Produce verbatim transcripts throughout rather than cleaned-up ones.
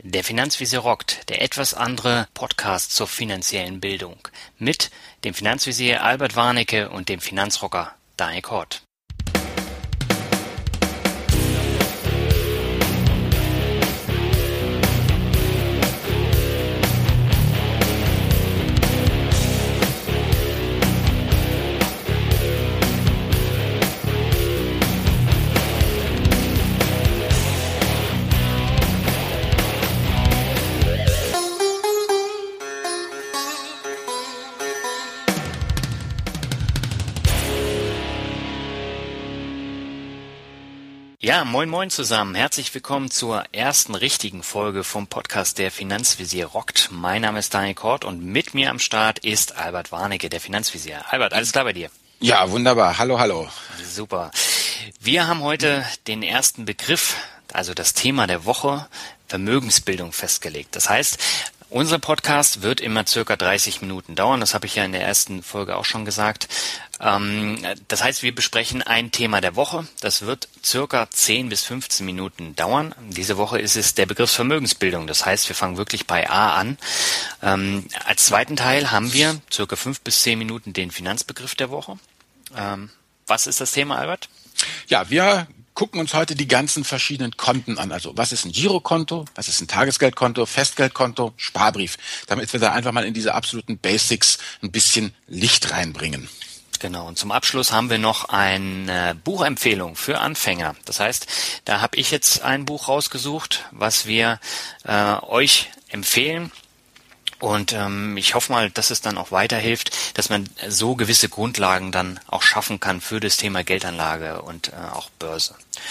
Der Finanzvisier rockt, der etwas andere Podcast zur finanziellen Bildung. Mit dem Finanzvisier Albert Warnecke und dem Finanzrocker Daniel Kort. Ja, moin moin zusammen. Herzlich willkommen zur ersten richtigen Folge vom Podcast Der Finanzvisier rockt. Mein Name ist Daniel Kort und mit mir am Start ist Albert Warnecke, der Finanzvisier. Albert, alles klar bei dir? Ja, wunderbar. Hallo, hallo. Super. Wir haben heute den ersten Begriff, also das Thema der Woche, Vermögensbildung festgelegt. Das heißt, unser Podcast wird immer circa dreißig Minuten dauern. Das habe ich ja in der ersten Folge auch schon gesagt. Ähm, das heißt, wir besprechen ein Thema der Woche. Das wird circa zehn bis fünfzehn Minuten dauern. Diese Woche ist es der Begriff Vermögensbildung. Das heißt, wir fangen wirklich bei A an. Ähm, als zweiten Teil haben wir circa fünf bis zehn Minuten den Finanzbegriff der Woche. Ähm, was ist das Thema, Albert? Ja, wir gucken uns heute die ganzen verschiedenen Konten an. Also was ist ein Girokonto, was ist ein Tagesgeldkonto, Festgeldkonto, Sparbrief, damit wir da einfach mal in diese absoluten Basics ein bisschen Licht reinbringen. Genau, und zum Abschluss haben wir noch eine Buchempfehlung für Anfänger. Das heißt, da habe ich jetzt ein Buch rausgesucht, was wir äh, euch empfehlen. Und ähm, ich hoffe mal, dass es dann auch weiterhilft, dass man so gewisse Grundlagen dann auch schaffen kann für das Thema Geldanlage und äh, auch Börse.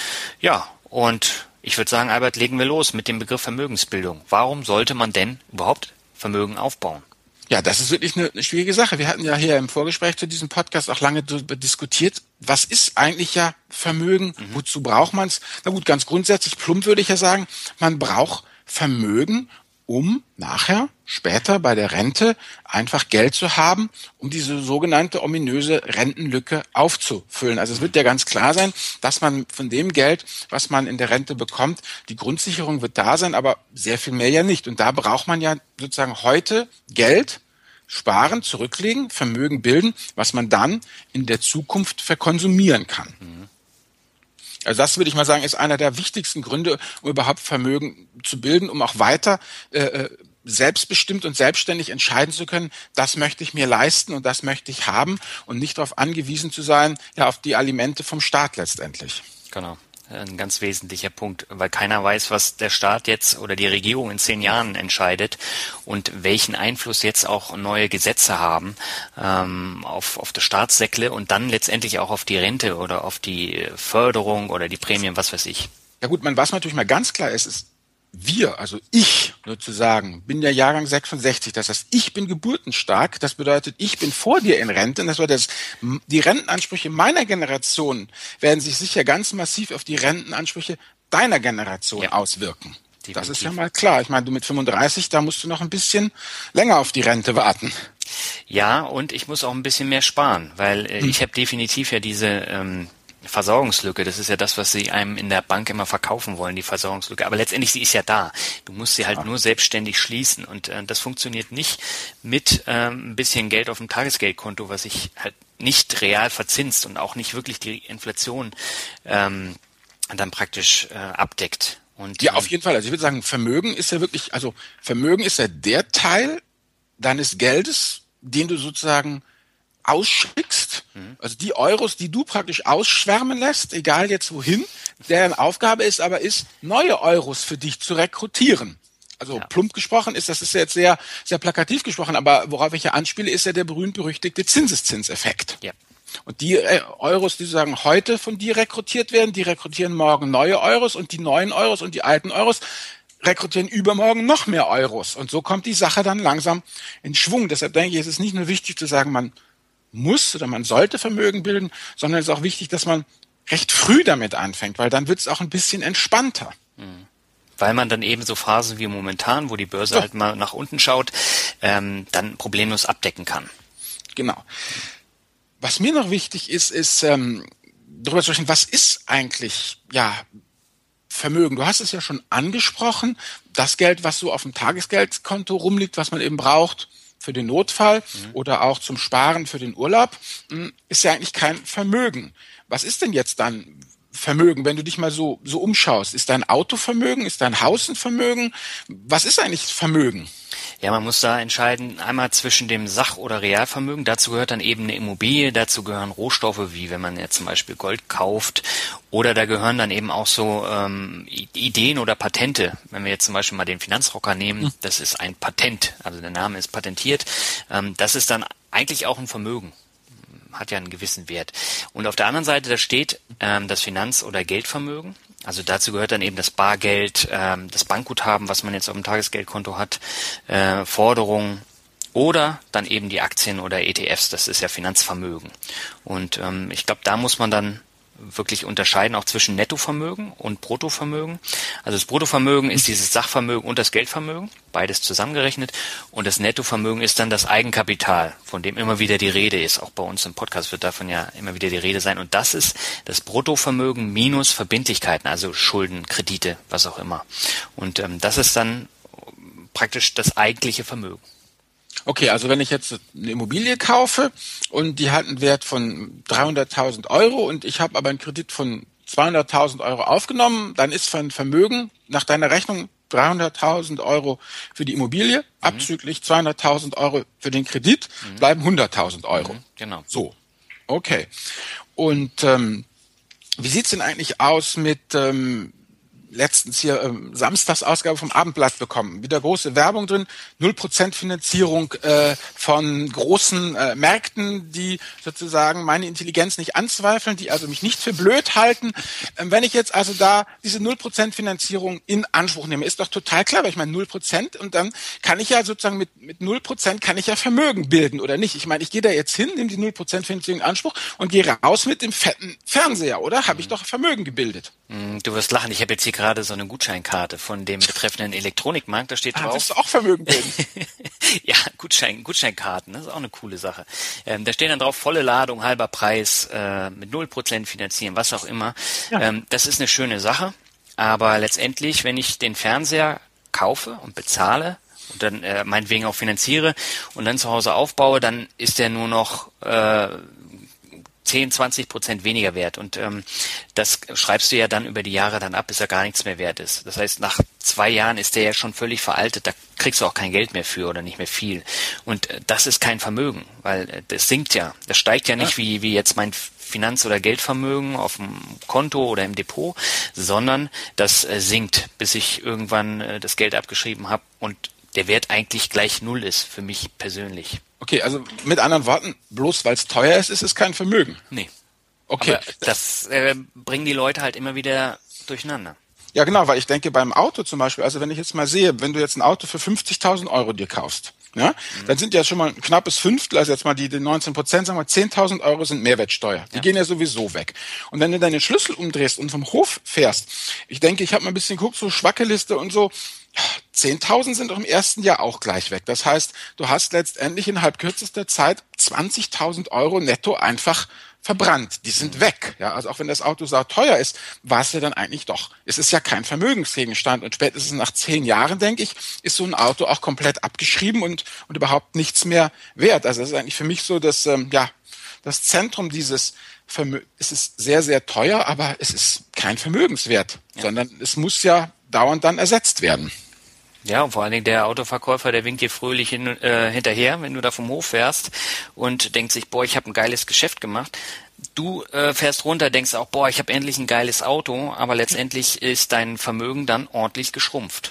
Ja, und ich würde sagen, Albert, legen wir los mit dem Begriff Vermögensbildung. Warum sollte man denn überhaupt Vermögen aufbauen? Ja, das ist wirklich eine, eine schwierige Sache. Wir hatten ja hier im Vorgespräch zu diesem Podcast auch lange darüber diskutiert, was ist eigentlich ja Vermögen, mhm. wozu braucht man es? Na gut, ganz grundsätzlich, plump würde ich ja sagen, man braucht Vermögen, um nachher, später bei der Rente einfach Geld zu haben, um diese sogenannte ominöse Rentenlücke aufzufüllen. Also es wird ja ganz klar sein, dass man von dem Geld, was man in der Rente bekommt, die Grundsicherung wird da sein, aber sehr viel mehr ja nicht. Und da braucht man ja sozusagen heute Geld, sparen, zurücklegen, Vermögen bilden, was man dann in der Zukunft verkonsumieren kann. Mhm. Also das würde ich mal sagen, ist einer der wichtigsten Gründe, um überhaupt Vermögen zu bilden, um auch weiter äh, selbstbestimmt und selbstständig entscheiden zu können, das möchte ich mir leisten und das möchte ich haben und nicht darauf angewiesen zu sein, ja, auf die Alimente vom Staat letztendlich. Genau. Ein ganz wesentlicher Punkt, weil keiner weiß, was der Staat jetzt oder die Regierung in zehn Jahren entscheidet und welchen Einfluss jetzt auch neue Gesetze haben ähm, auf, auf das Staatssäckle und dann letztendlich auch auf die Rente oder auf die Förderung oder die Prämien, was weiß ich. Ja gut, man, was natürlich mal ganz klar ist, ist, wir, also ich sozusagen, bin der Jahrgang sechsundsechzig, das heißt, ich bin geburtenstark, das bedeutet, ich bin vor dir in Rente, das bedeutet, die Rentenansprüche meiner Generation werden sich sicher ganz massiv auf die Rentenansprüche deiner Generation ja. auswirken. Definitiv. Das ist ja mal klar. Ich meine, du mit fünfunddreißig, da musst du noch ein bisschen länger auf die Rente warten. Ja, und ich muss auch ein bisschen mehr sparen, weil äh, hm. ich habe definitiv ja diese ähm, Versorgungslücke, das ist ja das, was sie einem in der Bank immer verkaufen wollen, die Versorgungslücke. Aber letztendlich, sie ist ja da. Du musst sie halt ja. nur selbstständig schließen. Und äh, das funktioniert nicht mit ähm, ein bisschen Geld auf dem Tagesgeldkonto, was sich halt nicht real verzinst und auch nicht wirklich die Inflation ähm, dann praktisch äh, abdeckt. Und, ja, auf jeden Fall. Also ich würde sagen, Vermögen ist ja wirklich, also Vermögen ist ja der Teil deines Geldes, den du sozusagen ausschickst, also die Euros, die du praktisch ausschwärmen lässt, egal jetzt wohin, deren Aufgabe ist aber ist, neue Euros für dich zu rekrutieren. Also ja. plump gesprochen ist, das ist jetzt sehr, sehr plakativ gesprochen, aber worauf ich ja anspiele, ist ja der berühmt-berüchtigte Zinseszinseffekt. Ja. Und die äh, Euros, die sozusagen heute von dir rekrutiert werden, die rekrutieren morgen neue Euros und die neuen Euros und die alten Euros rekrutieren übermorgen noch mehr Euros. Und so kommt die Sache dann langsam in Schwung. Deshalb denke ich, es ist nicht nur wichtig zu sagen, man muss oder man sollte Vermögen bilden, sondern es ist auch wichtig, dass man recht früh damit anfängt, weil dann wird es auch ein bisschen entspannter. Mhm. Weil man dann eben so Phasen wie momentan, wo die Börse so. halt mal nach unten schaut, ähm, dann problemlos abdecken kann. Genau. Was mir noch wichtig ist, ist ähm, darüber zu sprechen, was ist eigentlich ja Vermögen. Du hast es ja schon angesprochen, das Geld, was so auf dem Tagesgeldkonto rumliegt, was man eben braucht für den Notfall mhm. oder auch zum Sparen für den Urlaub, ist ja eigentlich kein Vermögen. Was ist denn jetzt dann Vermögen, wenn du dich mal so, so umschaust? Ist dein Auto Vermögen? Ist dein Haus ein Vermögen? Was ist eigentlich Vermögen? Ja, man muss da entscheiden, einmal zwischen dem Sach- oder Realvermögen. Dazu gehört dann eben eine Immobilie, dazu gehören Rohstoffe, wie wenn man jetzt zum Beispiel Gold kauft. Oder da gehören dann eben auch so ähm, Ideen oder Patente. Wenn wir jetzt zum Beispiel mal den Finanzrocker nehmen, das ist ein Patent, also der Name ist patentiert. Ähm, das ist dann eigentlich auch ein Vermögen. Hat ja einen gewissen Wert. Und auf der anderen Seite, da steht ähm, das Finanz- oder Geldvermögen. Also dazu gehört dann eben das Bargeld, ähm, das Bankguthaben, was man jetzt auf dem Tagesgeldkonto hat, äh, Forderungen oder dann eben die Aktien oder E T Fs. Das ist ja Finanzvermögen. Und ähm, ich glaube, da muss man dann wirklich unterscheiden, auch zwischen Nettovermögen und Bruttovermögen. Also das Bruttovermögen ist dieses Sachvermögen und das Geldvermögen, beides zusammengerechnet. Und das Nettovermögen ist dann das Eigenkapital, von dem immer wieder die Rede ist. Auch bei uns im Podcast wird davon ja immer wieder die Rede sein. Und das ist das Bruttovermögen minus Verbindlichkeiten, also Schulden, Kredite, was auch immer. Und ähm, das ist dann praktisch das eigentliche Vermögen. Okay, also wenn ich jetzt eine Immobilie kaufe und die hat einen Wert von dreihunderttausend Euro und ich habe aber einen Kredit von zweihunderttausend Euro aufgenommen, dann ist von Vermögen nach deiner Rechnung dreihunderttausend Euro für die Immobilie, mhm. abzüglich zweihunderttausend Euro für den Kredit, mhm. bleiben hunderttausend Euro. Mhm, genau. So, okay. Und ähm, wie sieht's denn eigentlich aus mit ähm, letztens hier ähm, Samstagsausgabe vom Abendblatt bekommen. Wieder große Werbung drin, null Prozent Finanzierung äh, von großen äh, Märkten, die sozusagen meine Intelligenz nicht anzweifeln, die also mich nicht für blöd halten. Ähm, wenn ich jetzt also da diese null Prozent Finanzierung in Anspruch nehme, ist doch total klar, weil ich meine null Prozent und dann kann ich ja sozusagen mit mit null Prozent kann ich ja Vermögen bilden, oder nicht? Ich meine, ich gehe da jetzt hin, nehme die null Prozent Finanzierung in Anspruch und gehe raus mit dem fetten Fernseher, oder? Habe ich doch Vermögen gebildet. Du wirst lachen, ich habe jetzt hier gerade so eine Gutscheinkarte von dem betreffenden Elektronikmarkt, da steht ah, drauf. Willst du auch Vermögen bilden? Ja, Gutschein, Gutscheinkarten, das ist auch eine coole Sache. Ähm, da steht dann drauf, volle Ladung, halber Preis, äh, mit null Prozent finanzieren, was auch immer. Ja. Ähm, das ist eine schöne Sache, aber letztendlich, wenn ich den Fernseher kaufe und bezahle und dann äh, meinetwegen auch finanziere und dann zu Hause aufbaue, dann ist der nur noch äh, zehn, zwanzig Prozent weniger wert. Und ähm, das schreibst du ja dann über die Jahre dann ab, bis er gar nichts mehr wert ist. Das heißt, nach zwei Jahren ist der ja schon völlig veraltet. Da kriegst du auch kein Geld mehr für oder nicht mehr viel. Und äh, das ist kein Vermögen, weil äh, das sinkt ja. Das steigt ja nicht ja. wie wie jetzt mein Finanz- oder Geldvermögen auf dem Konto oder im Depot, sondern das äh, sinkt, bis ich irgendwann äh, das Geld abgeschrieben habe und der Wert eigentlich gleich null ist für mich persönlich. Okay, also mit anderen Worten, bloß weil es teuer ist, ist es kein Vermögen. Nee. Okay. Aber das äh, bringen die Leute halt immer wieder durcheinander. Ja, genau, weil ich denke beim Auto zum Beispiel, also wenn ich jetzt mal sehe, wenn du jetzt ein Auto für fünfzigtausend Euro dir kaufst, ja, mhm. dann sind ja schon mal ein knappes Fünftel, also jetzt mal die, die neunzehn Prozent, sagen wir zehntausend Euro sind Mehrwertsteuer. Die ja. gehen ja sowieso weg. Und wenn du deinen Schlüssel umdrehst und vom Hof fährst, ich denke, ich habe mal ein bisschen geguckt, so Schwackeliste und so, zehntausend sind doch im ersten Jahr auch gleich weg. Das heißt, du hast letztendlich innerhalb kürzester Zeit zwanzigtausend Euro netto einfach verbrannt. Die sind weg. Ja, also auch wenn das Auto sau teuer ist, war es ja dann eigentlich doch. Es ist ja kein Vermögensgegenstand und spätestens nach zehn Jahren, denke ich, ist so ein Auto auch komplett abgeschrieben und, und überhaupt nichts mehr wert. Also das ist eigentlich für mich so das, ähm, ja, das Zentrum dieses Vermögens. Es ist sehr, sehr teuer, aber es ist kein Vermögenswert, ja. sondern es muss ja dauernd dann ersetzt werden. Ja, und vor allen Dingen der Autoverkäufer, der winkt dir fröhlich hin, äh, hinterher, wenn du da vom Hof fährst und denkt sich, boah, ich habe ein geiles Geschäft gemacht. Du äh, fährst runter, denkst auch, boah, ich habe endlich ein geiles Auto, aber letztendlich ist dein Vermögen dann ordentlich geschrumpft.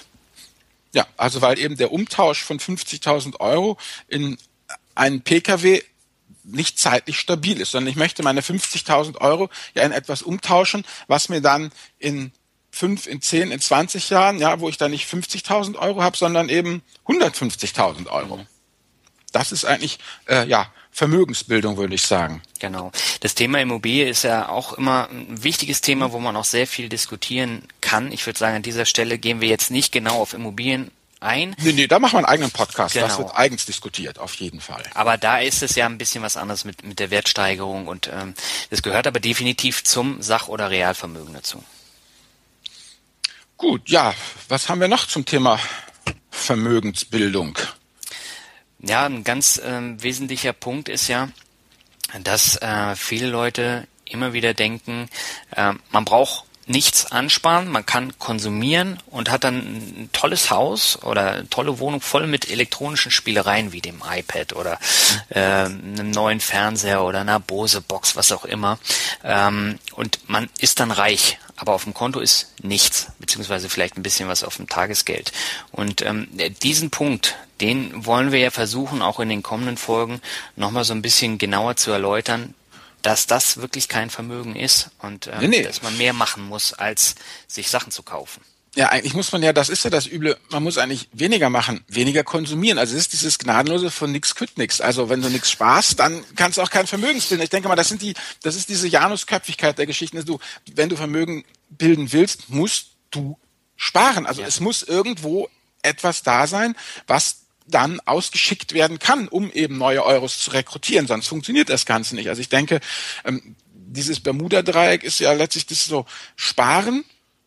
Ja, also weil eben der Umtausch von fünfzigtausend Euro in einen Pkw nicht zeitlich stabil ist, sondern ich möchte meine fünfzigtausend Euro ja in etwas umtauschen, was mir dann in fünf, in zehn, in zwanzig Jahren, ja, wo ich dann nicht fünfzigtausend Euro habe, sondern eben hundertfünfzigtausend Euro. Mhm. Das ist eigentlich, äh, ja, Vermögensbildung, würde ich sagen. Genau. Das Thema Immobilie ist ja auch immer ein wichtiges Thema, wo man auch sehr viel diskutieren kann. Ich würde sagen, an dieser Stelle gehen wir jetzt nicht genau auf Immobilien ein. Nee, nee, da machen wir einen eigenen Podcast. Genau. Das wird eigens diskutiert, auf jeden Fall. Aber da ist es ja ein bisschen was anderes mit, mit der Wertsteigerung und ähm, das gehört aber definitiv zum Sach- oder Realvermögen dazu. Gut, ja, was haben wir noch zum Thema Vermögensbildung? Ja, ein ganz äh, wesentlicher Punkt ist ja, dass äh, viele Leute immer wieder denken, äh, man braucht nichts ansparen, man kann konsumieren und hat dann ein tolles Haus oder eine tolle Wohnung voll mit elektronischen Spielereien wie dem iPad oder äh, einem neuen Fernseher oder einer Bose-Box, was auch immer. Ähm, und man ist dann reich, aber auf dem Konto ist nichts, beziehungsweise vielleicht ein bisschen was auf dem Tagesgeld. Und ähm, diesen Punkt, den wollen wir ja versuchen, auch in den kommenden Folgen nochmal so ein bisschen genauer zu erläutern, dass das wirklich kein Vermögen ist und ähm, nee, nee. dass man mehr machen muss, als sich Sachen zu kaufen. Ja, eigentlich muss man ja, das ist ja das Üble, man muss eigentlich weniger machen, weniger konsumieren. Also es ist dieses Gnadenlose von nix kütt nix. Also wenn du nix sparst, dann kannst du auch kein Vermögen bilden. Ich denke mal, das sind die, das ist diese Janusköpfigkeit der Geschichten, dass du, wenn du Vermögen bilden willst, musst du sparen. Also ja. Es muss irgendwo etwas da sein, was dann ausgeschickt werden kann, um eben neue Euros zu rekrutieren, sonst funktioniert das Ganze nicht. Also ich denke, ähm, dieses Bermuda-Dreieck ist ja letztlich das so Sparen,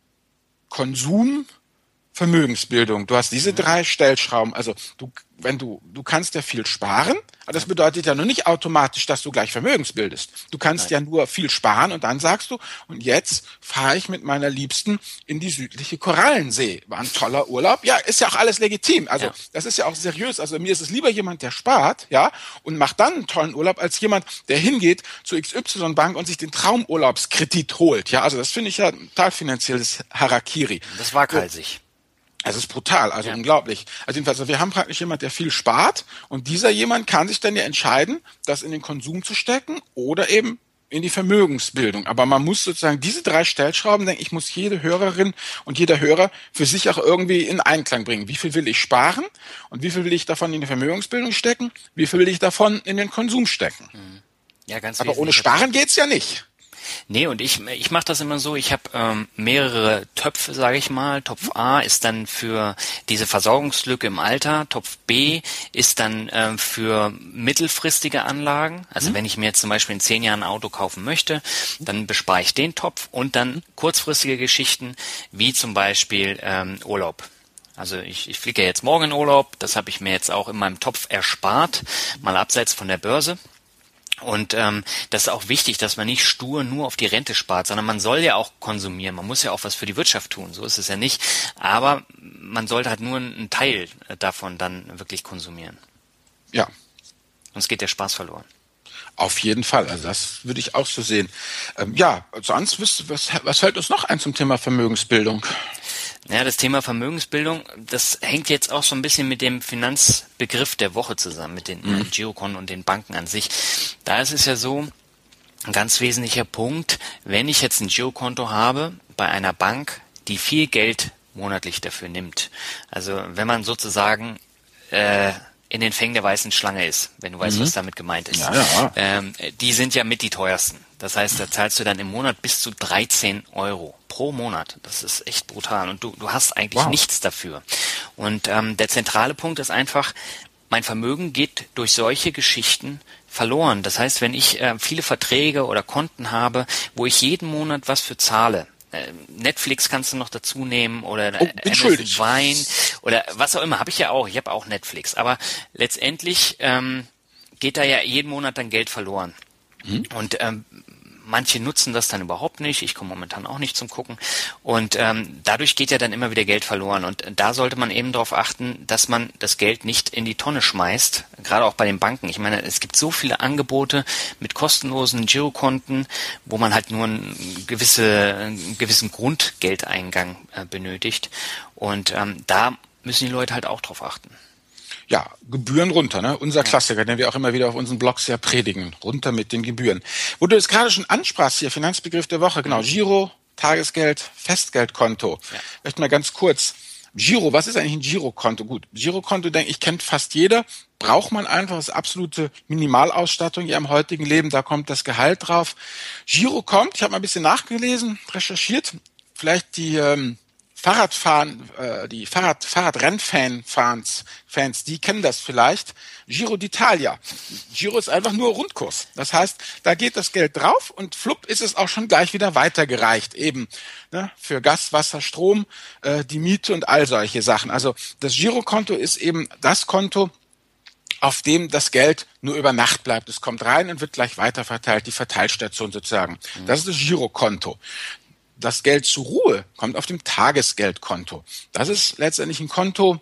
Konsum, Vermögensbildung. Du hast diese drei Stellschrauben. Also du, wenn du, du kannst ja viel sparen, aber das bedeutet ja nur nicht automatisch, dass du gleich Vermögensbildest. Du kannst Nein. ja nur viel sparen und dann sagst du, und jetzt fahre ich mit meiner Liebsten in die südliche Korallensee. War ein toller Urlaub. Ja, ist ja auch alles legitim. Also ja. das ist ja auch seriös. Also mir ist es lieber jemand, der spart, ja, und macht dann einen tollen Urlaub, als jemand, der hingeht zur X Y-Bank und sich den Traumurlaubskredit holt. Ja, also das finde ich ja total finanzielles Harakiri. Das waghalsig. Es ist brutal, also ja. unglaublich. Also jedenfalls, wir haben praktisch jemand, der viel spart und dieser jemand kann sich dann ja entscheiden, das in den Konsum zu stecken oder eben in die Vermögensbildung. Aber man muss sozusagen diese drei Stellschrauben, denke ich, muss jede Hörerin und jeder Hörer für sich auch irgendwie in Einklang bringen. Wie viel will ich sparen und wie viel will ich davon in die Vermögensbildung stecken? Wie viel will ich davon in den Konsum stecken? Ja, ganz Aber ohne Sparen geht's ja nicht. Nee, und ich ich mache das immer so, ich habe ähm, mehrere Töpfe, sage ich mal. Topf A ist dann für diese Versorgungslücke im Alter, Topf B ist dann ähm, für mittelfristige Anlagen. Also mhm. wenn ich mir jetzt zum Beispiel in zehn Jahren ein Auto kaufen möchte, dann bespare ich den Topf und dann kurzfristige Geschichten, wie zum Beispiel ähm, Urlaub. Also ich, ich fliege ja jetzt morgen in Urlaub, das habe ich mir jetzt auch in meinem Topf erspart, mal abseits von der Börse. Und ähm, das ist auch wichtig, dass man nicht stur nur auf die Rente spart, sondern man soll ja auch konsumieren. Man muss ja auch was für die Wirtschaft tun, so ist es ja nicht. Aber man sollte halt nur einen Teil davon dann wirklich konsumieren. Ja. Sonst geht der Spaß verloren. Auf jeden Fall, also das würde ich auch so sehen. Ähm, ja, sonst, was, was, was fällt uns noch ein zum Thema Vermögensbildung? Ja, das Thema Vermögensbildung, das hängt jetzt auch so ein bisschen mit dem Finanzbegriff der Woche zusammen, mit den mhm. Girokonten und den Banken an sich. Da ist es ja so, ein ganz wesentlicher Punkt, wenn ich jetzt ein Girokonto habe bei einer Bank, die viel Geld monatlich dafür nimmt. Also wenn man sozusagen äh, in den Fängen der weißen Schlange ist, wenn du weißt, mhm. was damit gemeint ist. Ja, ja. Ähm, die sind ja mit die teuersten. Das heißt, da zahlst du dann im Monat bis zu dreizehn Euro pro Monat. Das ist echt brutal. Und du, du hast eigentlich wow. nichts dafür. Und ähm, der zentrale Punkt ist einfach, mein Vermögen geht durch solche Geschichten verloren. Das heißt, wenn ich äh, viele Verträge oder Konten habe, wo ich jeden Monat was für zahle, Netflix kannst du noch dazu nehmen oder oh, Amazon Wine oder was auch immer, habe ich ja auch, ich habe auch Netflix, aber letztendlich ähm, geht da ja jeden Monat dann Geld verloren. Mhm. Und ähm, manche nutzen das dann überhaupt nicht, ich komme momentan auch nicht zum Gucken und ähm, dadurch geht ja dann immer wieder Geld verloren und da sollte man eben darauf achten, dass man das Geld nicht in die Tonne schmeißt, gerade auch bei den Banken. Ich meine, es gibt so viele Angebote mit kostenlosen Girokonten, wo man halt nur einen, gewisse, einen gewissen Grundgeldeingang äh, benötigt und ähm, da müssen die Leute halt auch drauf achten. Ja, Gebühren runter, ne? Unser Klassiker, den wir auch immer wieder auf unseren Blogs ja predigen. Runter mit den Gebühren. Wo du es gerade schon ansprachst hier, Finanzbegriff der Woche, genau, Giro, Tagesgeld, Festgeldkonto. Ja. Vielleicht mal ganz kurz. Giro, was ist eigentlich ein Girokonto? Gut, Girokonto, denke ich, kennt fast jeder. Braucht man einfach, das absolute Minimalausstattung ja im heutigen Leben, da kommt das Gehalt drauf. Giro kommt, ich habe mal ein bisschen nachgelesen, recherchiert, vielleicht die ähm, Fahrradfahren, äh, die Fahrrad, Fahrradrennfan-Fans, Fans, die kennen das vielleicht. Giro d'Italia. Giro ist einfach nur Rundkurs. Das heißt, da geht das Geld drauf und flupp ist es auch schon gleich wieder weitergereicht. Eben ne, für Gas, Wasser, Strom, äh, die Miete und all solche Sachen. Also das Girokonto ist eben das Konto, auf dem das Geld nur über Nacht bleibt. Es kommt rein und wird gleich weiterverteilt, die Verteilstation sozusagen. Das ist das Girokonto. Das Geld zur Ruhe kommt auf dem Tagesgeldkonto. Das ist letztendlich ein Konto.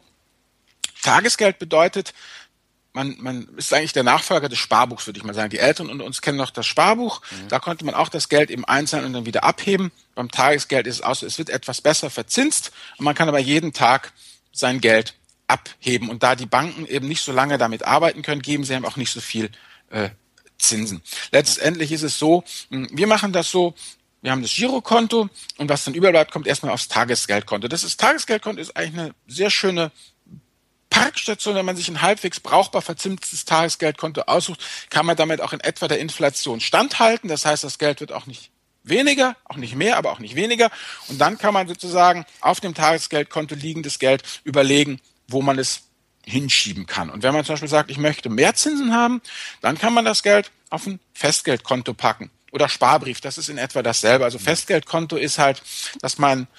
Tagesgeld bedeutet, man, man ist eigentlich der Nachfolger des Sparbuchs, würde ich mal sagen. Die Eltern unter uns kennen noch das Sparbuch. Mhm. Da konnte man auch das Geld eben einzahlen und dann wieder abheben. Beim Tagesgeld ist es auch so, es wird etwas besser verzinst und man kann aber jeden Tag sein Geld abheben. Und da die Banken eben nicht so lange damit arbeiten können, geben sie eben auch nicht so viel äh, Zinsen. Letztendlich ist es so, wir machen das so, wir haben das Girokonto und was dann überbleibt, kommt erstmal aufs Tagesgeldkonto. Das ist, Tagesgeldkonto ist eigentlich eine sehr schöne Parkstation. Wenn man sich ein halbwegs brauchbar verzinstes Tagesgeldkonto aussucht, kann man damit auch in etwa der Inflation standhalten. Das heißt, das Geld wird auch nicht weniger, auch nicht mehr, aber auch nicht weniger. Und dann kann man sozusagen auf dem Tagesgeldkonto liegendes Geld überlegen, wo man es hinschieben kann. Und wenn man zum Beispiel sagt, ich möchte mehr Zinsen haben, dann kann man das Geld auf ein Festgeldkonto packen. Oder Sparbrief, das ist in etwa dasselbe. Also Festgeldkonto ist halt, dass man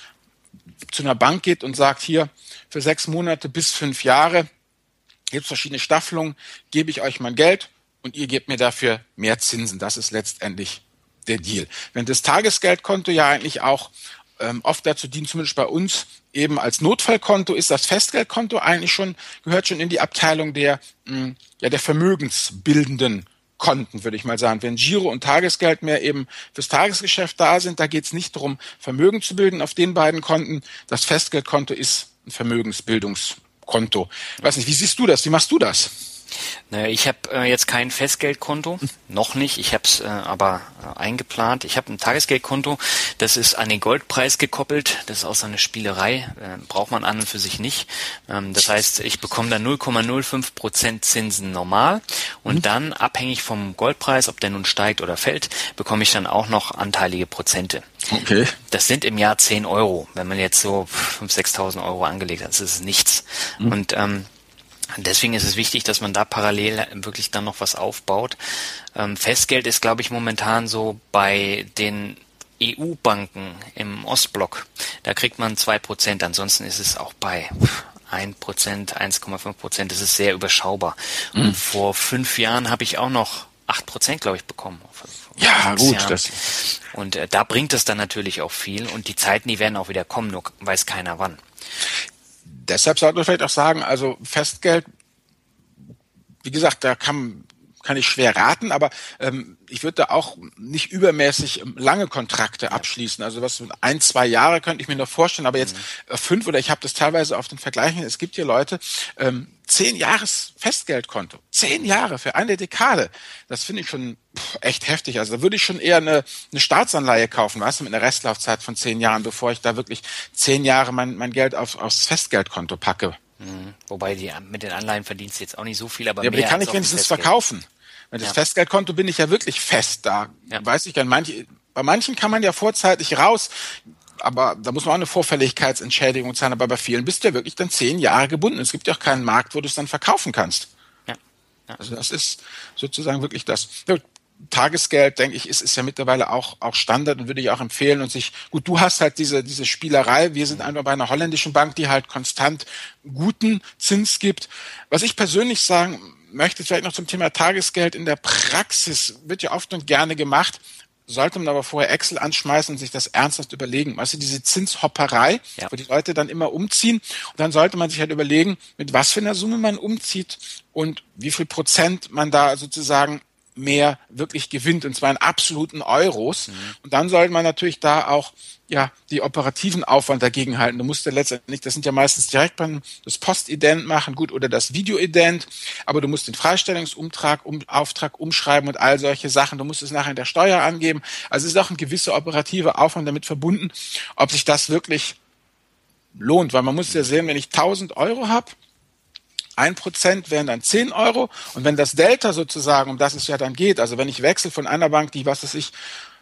zu einer Bank geht und sagt, hier für sechs Monate bis fünf Jahre gibt es verschiedene Staffelungen, gebe ich euch mein Geld und ihr gebt mir dafür mehr Zinsen. Das ist letztendlich der Deal. Wenn das Tagesgeldkonto ja eigentlich auch ähm, oft dazu dient, zumindest bei uns, eben als Notfallkonto, ist das Festgeldkonto eigentlich schon, gehört schon in die Abteilung der, mh, ja, der vermögensbildenden Konten, würde ich mal sagen. Wenn Giro und Tagesgeld mehr eben fürs Tagesgeschäft da sind, da geht es nicht darum, Vermögen zu bilden auf den beiden Konten. Das Festgeldkonto ist ein Vermögensbildungskonto. Ich weiß nicht, wie siehst du das? Wie machst du das? Naja, ich habe äh, jetzt kein Festgeldkonto, noch nicht. Ich habe es äh, aber äh, eingeplant. Ich habe ein Tagesgeldkonto, das ist an den Goldpreis gekoppelt. Das ist auch so eine Spielerei, äh, braucht man an und für sich nicht. Ähm, das heißt, ich bekomme da null Komma null fünf Prozent Zinsen normal und mhm. dann abhängig vom Goldpreis, ob der nun steigt oder fällt, bekomme ich dann auch noch anteilige Prozente. Okay. Das sind im Jahr zehn Euro. Wenn man jetzt so fünftausend, sechstausend Euro angelegt hat, das ist nichts. Mhm. Und ähm, deswegen ist es wichtig, dass man da parallel wirklich dann noch was aufbaut. Ähm, Festgeld ist, glaube ich, momentan so bei den E U-Banken im Ostblock. Da kriegt man zwei Prozent. Ansonsten ist es auch bei ein Prozent, eins Komma fünf Prozent. Das ist sehr überschaubar. Mhm. Und vor fünf Jahren habe ich auch noch acht Prozent, glaube ich, bekommen. Ja, gut. Das und äh, da bringt es dann natürlich auch viel. Und die Zeiten, die werden auch wieder kommen, nur weiß keiner wann. Deshalb sollte man vielleicht auch sagen, also Festgeld, wie gesagt, da kann, kann ich schwer raten, aber ähm, ich würde da auch nicht übermäßig lange Kontrakte abschließen. Also was ein, zwei Jahre könnte ich mir noch vorstellen, aber jetzt mhm. fünf oder ich habe das teilweise auf den Vergleichen, es gibt hier Leute, ähm, zehn Jahres Festgeldkonto, zehn Jahre für eine Dekade, das finde ich schon pff, echt heftig. Also da würde ich schon eher eine, eine Staatsanleihe kaufen, weißt du, mit einer Restlaufzeit von zehn Jahren, bevor ich da wirklich zehn Jahre mein, mein Geld auf, aufs Festgeldkonto packe. Mhm. Wobei die mit den Anleihen verdienst du jetzt auch nicht so viel, aber ja, aber mehr die kann als ich wenigstens Festgeld verkaufen. Wenn das ja. Festgeldkonto bin ich ja wirklich fest da. Ja. Weiß ich gar nicht. Manche, bei manchen kann man ja vorzeitig raus, aber da muss man auch eine Vorfälligkeitsentschädigung zahlen. Aber bei vielen bist du ja wirklich dann zehn Jahre gebunden. Es gibt ja auch keinen Markt, wo du es dann verkaufen kannst. Ja. Ja. Also das ist sozusagen wirklich das. Tagesgeld, denke ich, ist, ist ja mittlerweile auch, auch Standard und würde ich auch empfehlen und sich, gut, du hast halt diese, diese Spielerei. Wir sind einfach bei einer holländischen Bank, die halt konstant guten Zins gibt. Was ich persönlich sagen möchte, vielleicht noch zum Thema Tagesgeld in der Praxis, wird ja oft und gerne gemacht, sollte man aber vorher Excel anschmeißen und sich das ernsthaft überlegen. Weißt du, diese Zinshopperei, ja. wo die Leute dann immer umziehen. Und dann sollte man sich halt überlegen, mit was für einer Summe man umzieht und wie viel Prozent man da sozusagen mehr wirklich gewinnt, und zwar in absoluten Euros. Mhm. Und dann sollte man natürlich da auch ja die operativen Aufwand dagegen halten. Du musst ja letztendlich, das sind ja meistens direkt beim das Postident machen, gut, oder das Videoident, aber du musst den Freistellungsumtrag, um, Auftrag umschreiben und all solche Sachen. Du musst es nachher in der Steuer angeben. Also es ist auch ein gewisser operativer Aufwand damit verbunden, ob sich das wirklich lohnt. Weil man muss ja sehen, wenn ich tausend Euro habe, ein Prozent wären dann zehn Euro. Und wenn das Delta sozusagen, um das es ja dann geht, also wenn ich wechsle von einer Bank, die, was weiß ich,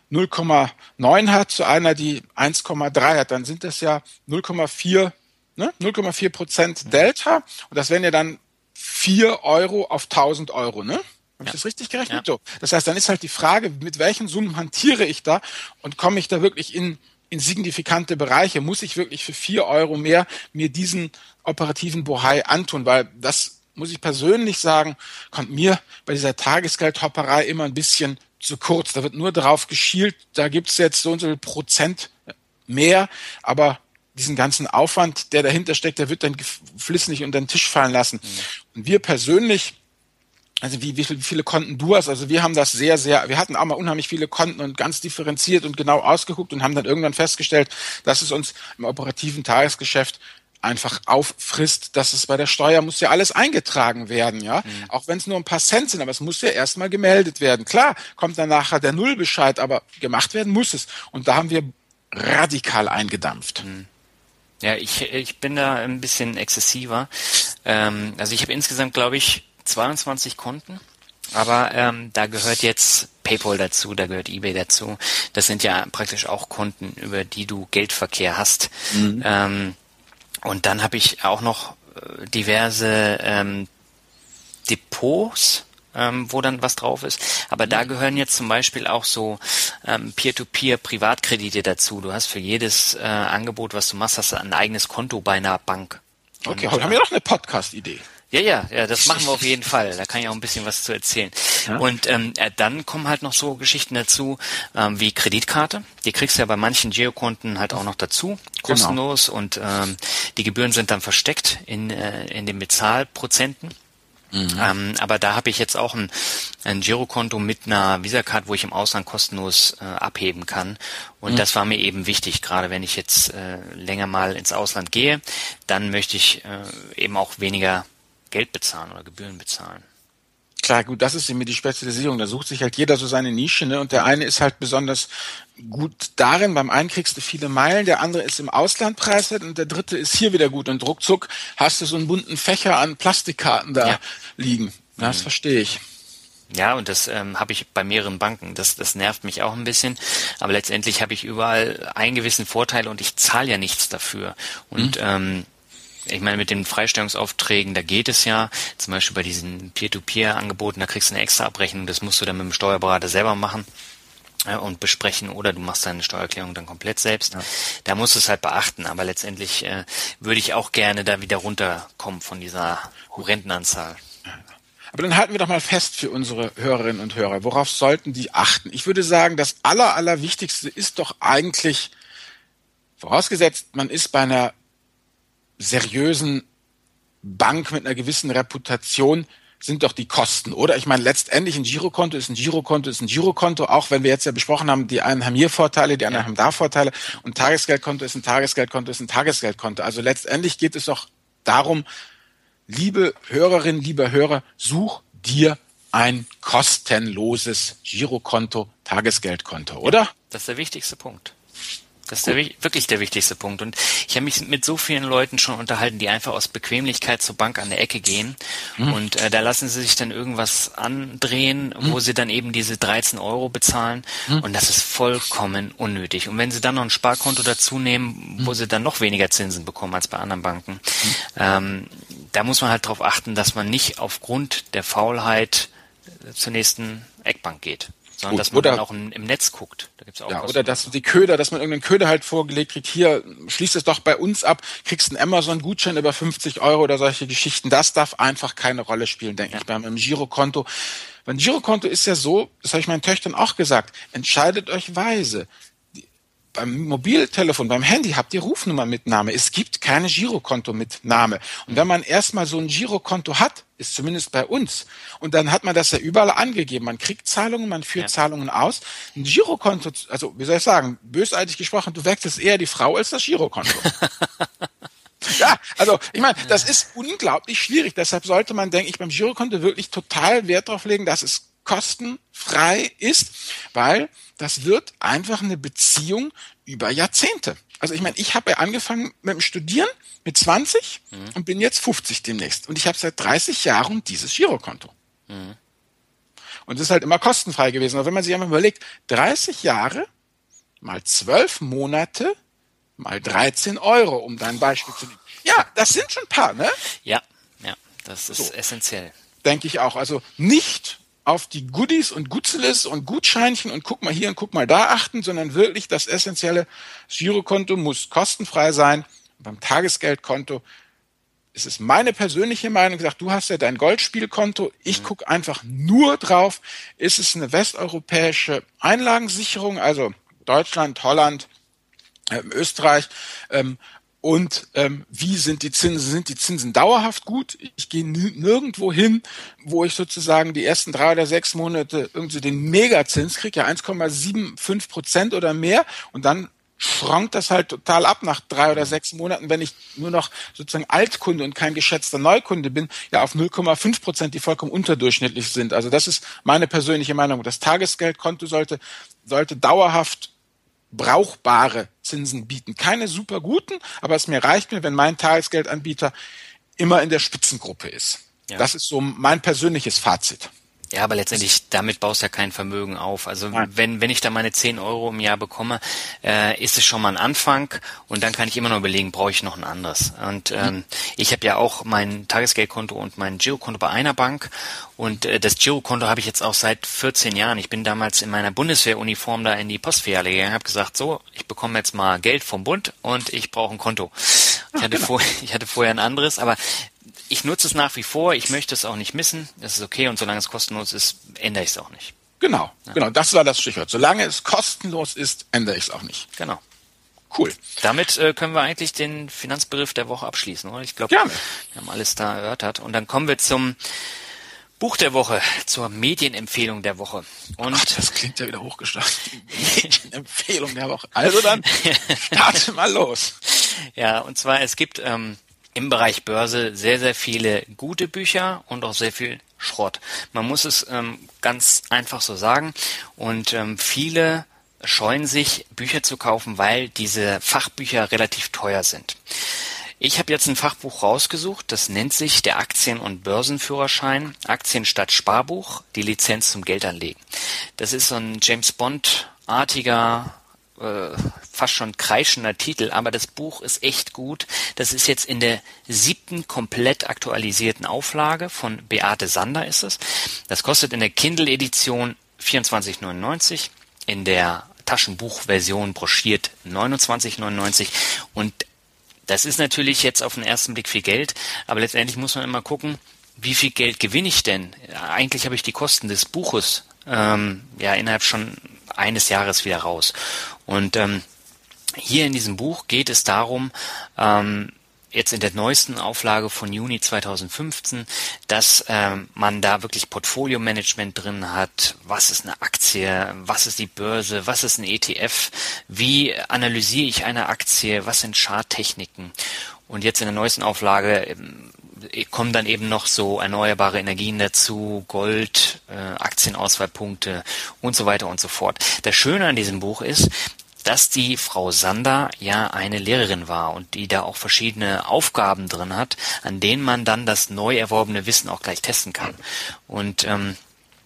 null Komma neun hat zu einer, die eins Komma drei hat, dann sind das ja null Komma vier, ne? null Komma vier Prozent Delta und das wären ja dann vier Euro auf tausend Euro, ne? Habe ich Ja. das richtig gerechnet? Ja. So. Das heißt, dann ist halt die Frage, mit welchen Summen hantiere ich da und komme ich da wirklich in, in signifikante Bereiche? Muss ich wirklich für vier Euro mehr mir diesen operativen Bohai antun? Weil das, muss ich persönlich sagen, kommt mir bei dieser Tagesgeldhopperei immer ein bisschen zu kurz. Da wird nur drauf geschielt, da gibt's jetzt so und so viel Prozent mehr, aber diesen ganzen Aufwand, der dahinter steckt, der wird dann geflissentlich unter den Tisch fallen lassen. Mhm. Und wir persönlich, also wie, wie viele Konten du hast, also wir haben das sehr, sehr, wir hatten auch mal unheimlich viele Konten und ganz differenziert und genau ausgeguckt und haben dann irgendwann festgestellt, dass es uns im operativen Tagesgeschäft einfach auffrisst, dass es bei der Steuer muss ja alles eingetragen werden, ja, mhm. auch wenn es nur ein paar Cent sind, aber es muss ja erstmal gemeldet werden. Klar, kommt dann nachher der Nullbescheid, aber gemacht werden muss es. Und da haben wir radikal eingedampft. Mhm. Ja, ich, ich bin da ein bisschen exzessiver. Ähm, also ich habe insgesamt, glaube ich, zweiundzwanzig Konten, aber ähm, da gehört jetzt PayPal dazu, da gehört eBay dazu. Das sind ja praktisch auch Konten, über die du Geldverkehr hast. Mhm. Ähm, und dann habe ich auch noch äh, diverse ähm, Depots, ähm, wo dann was drauf ist. Aber da gehören jetzt zum Beispiel auch so ähm, Peer-to-Peer-Privatkredite dazu. Du hast für jedes äh, Angebot, was du machst, hast du ein eigenes Konto bei einer Bank. Okay, heute haben wir doch eine Podcast-Idee. Ja, ja, ja, das machen wir auf jeden Fall. Da kann ich auch ein bisschen was zu erzählen. Ja. Und ähm, dann kommen halt noch so Geschichten dazu ähm, wie Kreditkarte. Die kriegst du ja bei manchen Girokonten halt auch noch dazu, kostenlos. Genau. Und ähm, die Gebühren sind dann versteckt in, äh, in den Bezahlprozenten. Mhm. Ähm, aber da habe ich jetzt auch ein, ein Girokonto mit einer Visa-Card, wo ich im Ausland kostenlos äh, abheben kann. Und mhm. das war mir eben wichtig, gerade wenn ich jetzt äh, länger mal ins Ausland gehe, dann möchte ich äh, eben auch weniger Geld bezahlen oder Gebühren bezahlen. Klar, gut, das ist immer die Spezialisierung. Da sucht sich halt jeder so seine Nische, ne? Und der eine ist halt besonders gut darin. Beim einen kriegst du viele Meilen, der andere ist im Ausland preiswert und der dritte ist hier wieder gut. Und ruckzuck hast du so einen bunten Fächer an Plastikkarten da ja. liegen. Ja, das mhm. verstehe ich. Ja, und das ähm, habe ich bei mehreren Banken. Das, das nervt mich auch ein bisschen. Aber letztendlich habe ich überall einen gewissen Vorteil und ich zahle ja nichts dafür. Und mhm. ähm, ich meine, mit den Freistellungsaufträgen, da geht es ja, zum Beispiel bei diesen Peer-to-Peer-Angeboten, da kriegst du eine extra Abrechnung, das musst du dann mit dem Steuerberater selber machen äh, und besprechen oder du machst deine Steuererklärung dann komplett selbst. Ja. Da musst du es halt beachten, aber letztendlich äh, würde ich auch gerne da wieder runterkommen von dieser horrenden Anzahl. Aber dann halten wir doch mal fest für unsere Hörerinnen und Hörer, worauf sollten die achten? Ich würde sagen, das Aller, Allerwichtigste ist doch eigentlich, vorausgesetzt, man ist bei einer seriösen Bank mit einer gewissen Reputation, sind doch die Kosten, oder? Ich meine, letztendlich ein Girokonto ist ein Girokonto ist ein Girokonto, auch wenn wir jetzt ja besprochen haben, die einen haben hier Vorteile, die anderen ja. haben da Vorteile und ein Tagesgeldkonto ist ein Tagesgeldkonto ist ein Tagesgeldkonto. Also letztendlich geht es doch darum, liebe Hörerinnen, lieber Hörer, such dir ein kostenloses Girokonto, Tagesgeldkonto, oder? Ja, das ist der wichtigste Punkt. Das ist der, wirklich der wichtigste Punkt. Und ich habe mich mit so vielen Leuten schon unterhalten, die einfach aus Bequemlichkeit zur Bank an der Ecke gehen. Mhm. Und äh, da lassen sie sich dann irgendwas andrehen, mhm. wo sie dann eben diese dreizehn Euro bezahlen. Mhm. Und das ist vollkommen unnötig. Und wenn sie dann noch ein Sparkonto dazu nehmen, wo mhm. sie dann noch weniger Zinsen bekommen als bei anderen Banken, mhm. ähm, da muss man halt darauf achten, dass man nicht aufgrund der Faulheit zur nächsten Eckbank geht. Sondern Gut, dass man oder, dann auch im, im Netz guckt. Da gibt's auch ja, oder dass die Köder, dass man irgendeinen Köder halt vorgelegt kriegt, hier, schließ es doch bei uns ab, kriegst einen Amazon-Gutschein über fünfzig Euro oder solche Geschichten. Das darf einfach keine Rolle spielen, denke ja. ich, beim einem Girokonto. Beim Girokonto ist ja so, das habe ich meinen Töchtern auch gesagt, entscheidet euch weise. Beim Mobiltelefon, beim Handy habt ihr Rufnummer mit Name. Es gibt keine Girokonto mit Name. Und wenn man erstmal so ein Girokonto hat, ist zumindest bei uns, und dann hat man das ja überall angegeben. Man kriegt Zahlungen, man führt ja. Zahlungen aus. Ein Girokonto, also wie soll ich sagen, bösartig gesprochen, du wechselst eher die Frau als das Girokonto. Ja, also ich meine, das ist unglaublich schwierig. Deshalb sollte man, denke ich, beim Girokonto wirklich total Wert drauf legen, dass es kostenfrei ist, weil das wird einfach eine Beziehung über Jahrzehnte. Also ich meine, ich habe ja angefangen mit dem Studieren mit zwanzig mhm. und bin jetzt fünfzig demnächst. Und ich habe seit dreißig Jahren dieses Girokonto. Mhm. Und es ist halt immer kostenfrei gewesen. Aber wenn man sich einfach überlegt, dreißig Jahre mal zwölf Monate mal dreizehn Euro, um dein Beispiel zu nehmen. Ja, das sind schon ein paar, ne? Ja, ja, das ist so essentiell. Denke ich auch. Also nicht auf die Goodies und Gutzeles und Gutscheinchen und guck mal hier und guck mal da achten, sondern wirklich das essentielle Girokonto muss kostenfrei sein. Und beim Tagesgeldkonto ist es meine persönliche Meinung, gesagt, du hast ja dein Goldspielkonto, ich mhm. gucke einfach nur drauf, ist es eine westeuropäische Einlagensicherung, also Deutschland, Holland, äh, Österreich, ähm, und ähm, wie sind die Zinsen? Sind die Zinsen dauerhaft gut? Ich gehe nirgendwo hin, wo ich sozusagen die ersten drei oder sechs Monate irgendwie den Megazins kriege, ja eins Komma fünfundsiebzig Prozent oder mehr, und dann schrankt das halt total ab nach drei oder sechs Monaten, wenn ich nur noch sozusagen Altkunde und kein geschätzter Neukunde bin, ja auf null Komma fünf Prozent, die vollkommen unterdurchschnittlich sind. Also das ist meine persönliche Meinung. Das Tagesgeldkonto sollte sollte dauerhaft brauchbare Zinsen bieten. Keine super guten, aber es mir reicht mir, wenn mein Tagesgeldanbieter immer in der Spitzengruppe ist. Ja. Das ist so mein persönliches Fazit. Ja, aber letztendlich, damit baust du ja kein Vermögen auf. Also Nein. wenn wenn ich da meine zehn Euro im Jahr bekomme, äh, ist es schon mal ein Anfang, und dann kann ich immer noch überlegen, brauche ich noch ein anderes. Und ähm, ich habe ja auch mein Tagesgeldkonto und mein Girokonto bei einer Bank, und äh, das Girokonto habe ich jetzt auch seit vierzehn Jahren. Ich bin damals in meiner Bundeswehruniform da in die Postfiliale gegangen, habe gesagt, so, ich bekomme jetzt mal Geld vom Bund und ich brauche ein Konto. Ich hatte, vor, ich hatte vorher ein anderes, aber ich nutze es nach wie vor, ich möchte es auch nicht missen, das ist okay, und solange es kostenlos ist, ändere ich es auch nicht. Genau, ja. genau, das war das Stichwort. Solange es kostenlos ist, ändere ich es auch nicht. Genau. Cool. Damit äh, können wir eigentlich den Finanzbegriff der Woche abschließen, oder? Ich glaube, wir haben alles da erörtert. Und dann kommen wir zum Buch der Woche, zur Medienempfehlung der Woche. Und Gott, das klingt ja wieder hochgestanden. Medienempfehlung der Woche. Also dann, starte mal los. Ja, und zwar, es gibt ähm, im Bereich Börse sehr, sehr viele gute Bücher und auch sehr viel Schrott. Man muss es ähm, ganz einfach so sagen. Und ähm, viele scheuen sich, Bücher zu kaufen, weil diese Fachbücher relativ teuer sind. Ich habe jetzt ein Fachbuch rausgesucht, das nennt sich der Aktien- und Börsenführerschein, Aktien statt Sparbuch, die Lizenz zum Geldanlegen. Das ist so ein James-Bond-artiger, äh, fast schon kreischender Titel, aber das Buch ist echt gut. Das ist jetzt in der siebten komplett aktualisierten Auflage von Beate Sander ist es. Das kostet in der Kindle-Edition vierundzwanzig neunundneunzig, in der Taschenbuchversion broschiert neunundzwanzig neunundneunzig, und das ist natürlich jetzt auf den ersten Blick viel Geld, aber letztendlich muss man immer gucken, wie viel Geld gewinne ich denn? Eigentlich habe ich die Kosten des Buches ähm, ja innerhalb schon eines Jahres wieder raus. Und ähm, hier in diesem Buch geht es darum, ähm, jetzt in der neuesten Auflage von Juni zweitausendfünfzehn, dass ähm, man da wirklich Portfolio-Management drin hat. Was ist eine Aktie? Was ist die Börse? Was ist ein E T F? Wie analysiere ich eine Aktie? Was sind Charttechniken? Und jetzt in der neuesten Auflage ähm, kommen dann eben noch so erneuerbare Energien dazu, Gold, äh, Aktienauswahlpunkte und so weiter und so fort. Das Schöne an diesem Buch ist, dass die Frau Sander ja eine Lehrerin war und die da auch verschiedene Aufgaben drin hat, an denen man dann das neu erworbene Wissen auch gleich testen kann. Und ähm,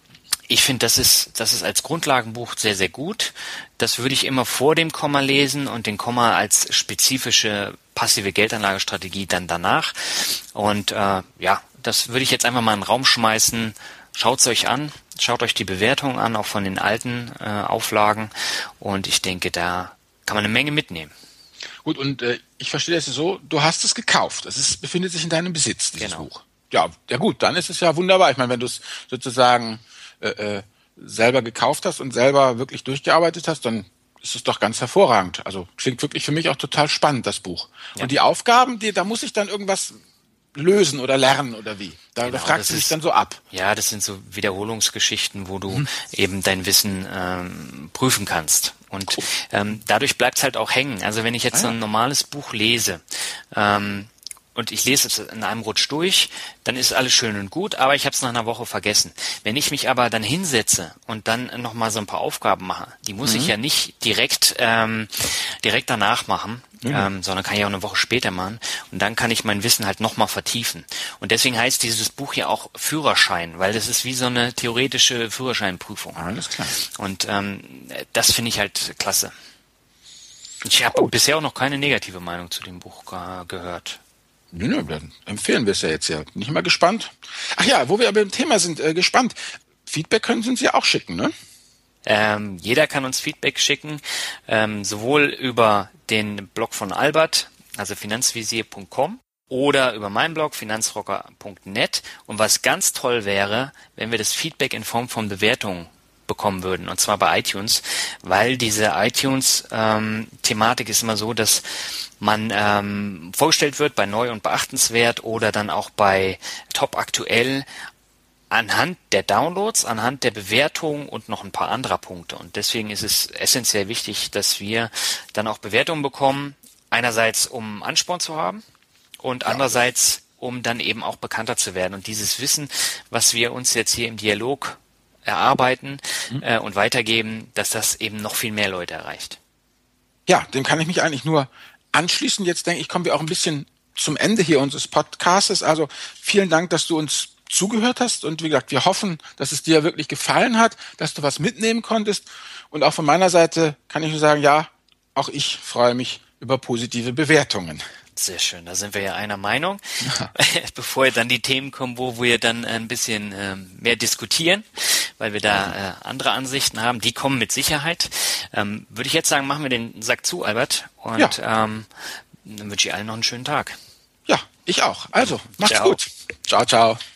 ich finde, das ist, das ist als Grundlagenbuch sehr, sehr gut. Das würde ich immer vor dem Komma lesen und den Komma als spezifische passive Geldanlagestrategie dann danach. Und äh, ja, das würde ich jetzt einfach mal in den Raum schmeißen. Schaut's euch an, schaut euch die Bewertungen an, auch von den alten äh, Auflagen, und ich denke, da kann man eine Menge mitnehmen. Gut, und äh, ich verstehe das so, du hast es gekauft, es ist, befindet sich in deinem Besitz, dieses genau. Buch. Ja, ja gut, dann ist es ja wunderbar. Ich meine, wenn du es sozusagen äh, äh, selber gekauft hast und selber wirklich durchgearbeitet hast, dann ist es doch ganz hervorragend. Also klingt wirklich für mich auch total spannend, das Buch. Ja. Und die Aufgaben, die, da muss ich dann irgendwas lösen oder lernen oder wie? Da, genau, da fragst du dich dann so ab. Ja, das sind so Wiederholungsgeschichten, wo du hm. eben dein Wissen ähm, prüfen kannst. Und ähm, dadurch bleibt es halt auch hängen. Also wenn ich jetzt ah, ja. so ein normales Buch lese ähm, und ich lese es in einem Rutsch durch, dann ist alles schön und gut, aber ich habe es nach einer Woche vergessen. Wenn ich mich aber dann hinsetze und dann nochmal so ein paar Aufgaben mache, die muss mhm. ich ja nicht direkt ähm, direkt danach machen, mhm. ähm, sondern kann ich auch eine Woche später machen und dann kann ich mein Wissen halt nochmal vertiefen. Und deswegen heißt dieses Buch ja auch Führerschein, weil das ist wie so eine theoretische Führerscheinprüfung. Alles klar. Und ähm, das finde ich halt klasse. Ich habe bisher auch noch keine negative Meinung zu dem Buch ge- gehört. Nö, nö, dann empfehlen wir es ja jetzt ja. Bin ich mal gespannt. Ach ja, wo wir aber im Thema sind, äh, gespannt. Feedback können Sie uns ja auch schicken, ne? Ähm, jeder kann uns Feedback schicken, ähm, sowohl über den Blog von Albert, also finanzvisier punkt com, oder über meinen Blog finanzrocker punkt net. Und was ganz toll wäre, wenn wir das Feedback in Form von Bewertungen bekommen würden, und zwar bei iTunes, weil diese iTunes-Thematik ähm, ist immer so, dass man ähm, vorgestellt wird bei Neu und Beachtenswert oder dann auch bei Top Aktuell anhand der Downloads, anhand der Bewertungen und noch ein paar anderer Punkte. Und deswegen ist es essentiell wichtig, dass wir dann auch Bewertungen bekommen, einerseits um Ansporn zu haben und andererseits um dann eben auch bekannter zu werden. Und dieses Wissen, was wir uns jetzt hier im Dialog erarbeiten mhm. äh, und weitergeben, dass das eben noch viel mehr Leute erreicht. Ja, dem kann ich mich eigentlich nur anschließen. Jetzt denke ich, kommen wir auch ein bisschen zum Ende hier unseres Podcasts. Also vielen Dank, dass du uns zugehört hast. Und wie gesagt, wir hoffen, dass es dir wirklich gefallen hat, dass du was mitnehmen konntest. Und auch von meiner Seite kann ich nur sagen, ja, auch ich freue mich über positive Bewertungen. Sehr schön, da sind wir ja einer Meinung. Ja. Bevor dann die Themen kommen, wo wir dann ein bisschen ähm, mehr diskutieren, weil wir da äh, andere Ansichten haben, die kommen mit Sicherheit. Ähm, würde ich jetzt sagen, machen wir den Sack zu, Albert. Und ja. ähm, dann wünsche ich allen noch einen schönen Tag. Ja, ich auch. Also, macht's ciao. gut. Ciao, ciao.